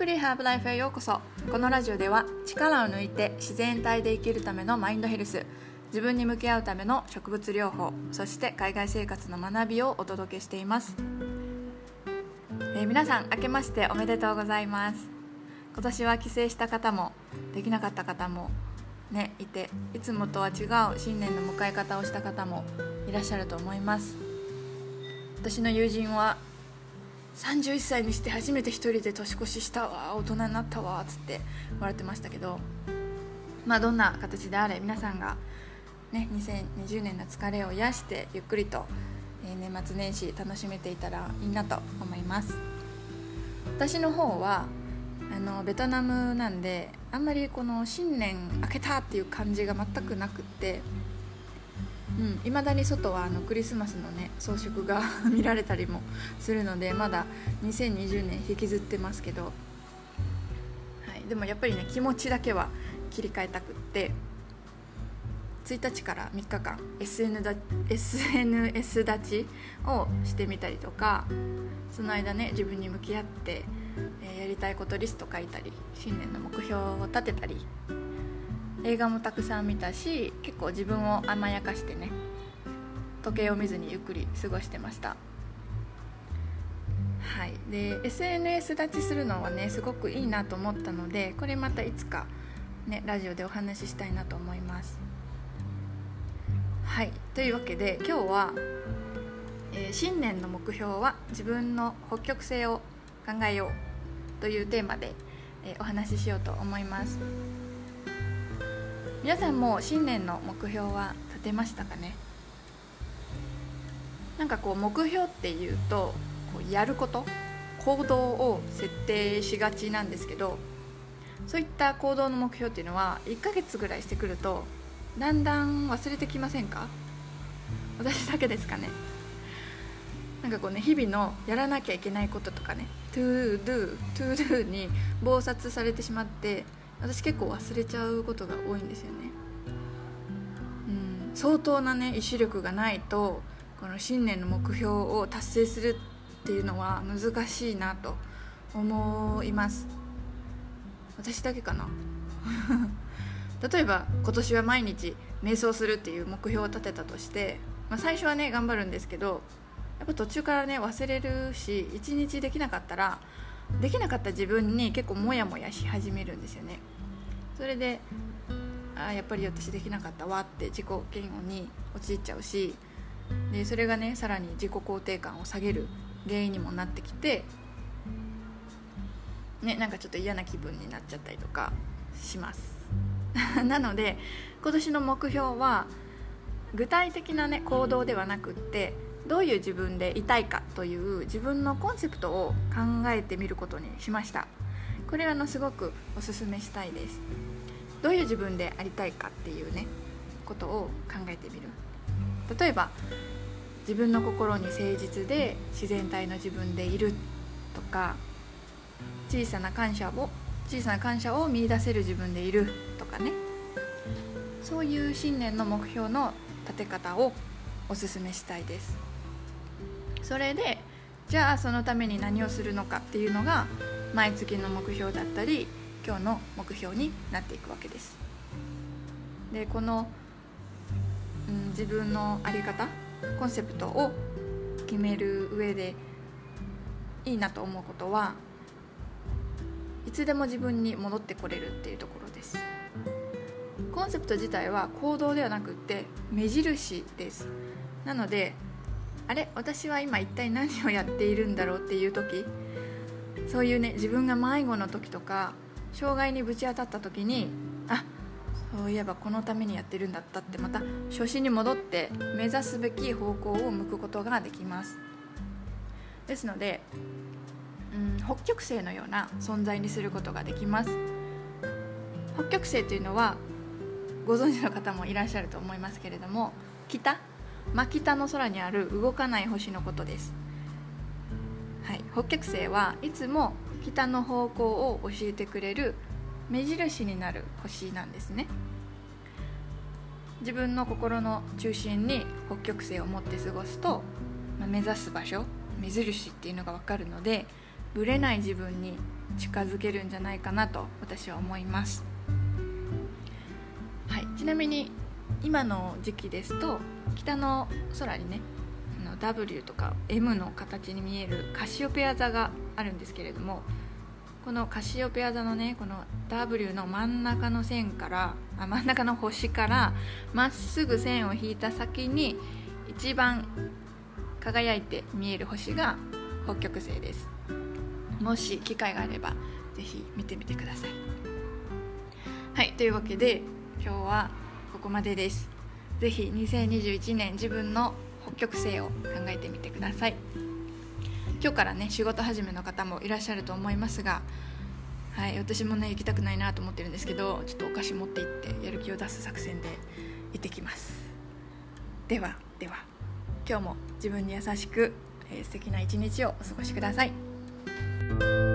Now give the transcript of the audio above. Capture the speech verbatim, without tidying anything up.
リーハーブライフへようこそ。このラジオでは力を抜いて自然体で生きるためのマインドヘルス、自分に向き合うための植物療法、そして海外生活の学びをお届けしています。えー、皆さん明けましておめでとうございます。今年は帰省した方もできなかった方もねいて、いつもとは違う新年の迎え方をした方もいらっしゃると思います。私の友人はさんじゅういっさいにして初めて一人で年越ししたわ、大人になったわつって笑ってましたけど、まあどんな形であれ皆さんがねにせんにじゅうねんの疲れを癒してゆっくりと、えー、年末年始楽しめていたらいいなと思います。私の方はあのベトナムなんで、あんまりこの新年明けたっていう感じが全くなくって、うん、未だに外はあのクリスマスのね装飾が見られたりもするので、まだにせんにじゅうねん引きずってますけど、はい、でもやっぱりね気持ちだけは切り替えたくって、ついたちからみっかかん エスエヌ だ エスエヌエス 立ちをしてみたりとか、その間ね自分に向き合って、えー、やりたいことリスト書いたり、新年の目標を立てたり、映画もたくさん見たし、結構自分を甘やかしてね時計を見ずにゆっくり過ごしてました。はい、で エスエヌエス 立ちするのはねすごくいいなと思ったので、これまたいつかねラジオでお話ししたいなと思います。はい、というわけで今日は、えー、新年の目標は自分の北極星を考えようというテーマで、えー、お話ししようと思います。皆さんも新年の目標は立てましたかね。なんかこう目標っていうとこうやること、行動を設定しがちなんですけど、そういった行動の目標っていうのはいっかげつぐらいしてくるとだんだん忘れてきませんか？私だけですかね。なんかこうね日々のやらなきゃいけないこととかね、トゥードゥトゥードゥに忙殺されてしまって、私結構忘れちゃうことが多いんですよね。うん、相当なね意志力がないとこの新年の目標を達成するっていうのは難しいなと思います。私だけかな例えば今年は毎日瞑想するっていう目標を立てたとして、まあ、最初はね頑張るんですけど、やっぱ途中からね忘れるし、いちにちできなかったらできなかった自分に結構モヤモヤし始めるんですよね。それであやっぱり私できなかったわって自己嫌悪に陥っちゃうし、でそれがねさらに自己肯定感を下げる原因にもなってきて、ね、なんかちょっと嫌な気分になっちゃったりとかしますなので今年の目標は具体的な、ね、行動ではなくって、どういう自分でいたいかという自分のコンセプトを考えてみることにしました。これはあのすごくおすすめしたいです。どういう自分でありたいかっていうねことを考えてみる。例えば自分の心に誠実で自然体の自分でいるとか、小さな感謝を小さな感謝を見出せる自分でいるとかね、そういう新年の目標の立て方をおすすめしたいです。それでじゃあそのために何をするのかっていうのが毎月の目標だったり今日の目標になっていくわけです。でこの、うん、自分の在り方、コンセプトを決める上でいいなと思うことは、いつでも自分に戻ってこれるっていうところです。コンセプト自体は行動ではなくって目印です。なのであれ私は今一体何をやっているんだろうっていう時、そういうね自分が迷子の時とか障害にぶち当たった時に、あそういえばこのためにやってるんだったって、また初心に戻って目指すべき方向を向くことができます。ですので、うん、北極星のような存在にすることができます。北極星というのはご存知の方もいらっしゃると思いますけれども、北真北の空にある動かない星のことです。はい、北極星はいつも北の方向を教えてくれる目印になる星なんですね。自分の心の中心に北極星を持って過ごすと、まあ、目指す場所、目印っていうのが分かるので、 ぶれない自分に近づけるんじゃないかなと私は思います。はい、ちなみに今の時期ですと北の空にねあの ダブリュー とか エム の形に見えるカシオペア座があるんですけれども、このカシオペア座のねこの ダブリュー の真ん中の線からあ真ん中の星からまっすぐ線を引いた先に一番輝いて見える星が北極星です。もし機会があればぜひ見てみてください。はい、というわけで今日はここまでです。ぜひにせんにじゅういちねん自分の北極星を考えてみてください。今日からね仕事始めの方もいらっしゃると思いますが、はい、私もね行きたくないなと思ってるんですけど、ちょっとお菓子持って行ってやる気を出す作戦で行ってきます。ではでは今日も自分に優しく、えー、素敵な一日をお過ごしください。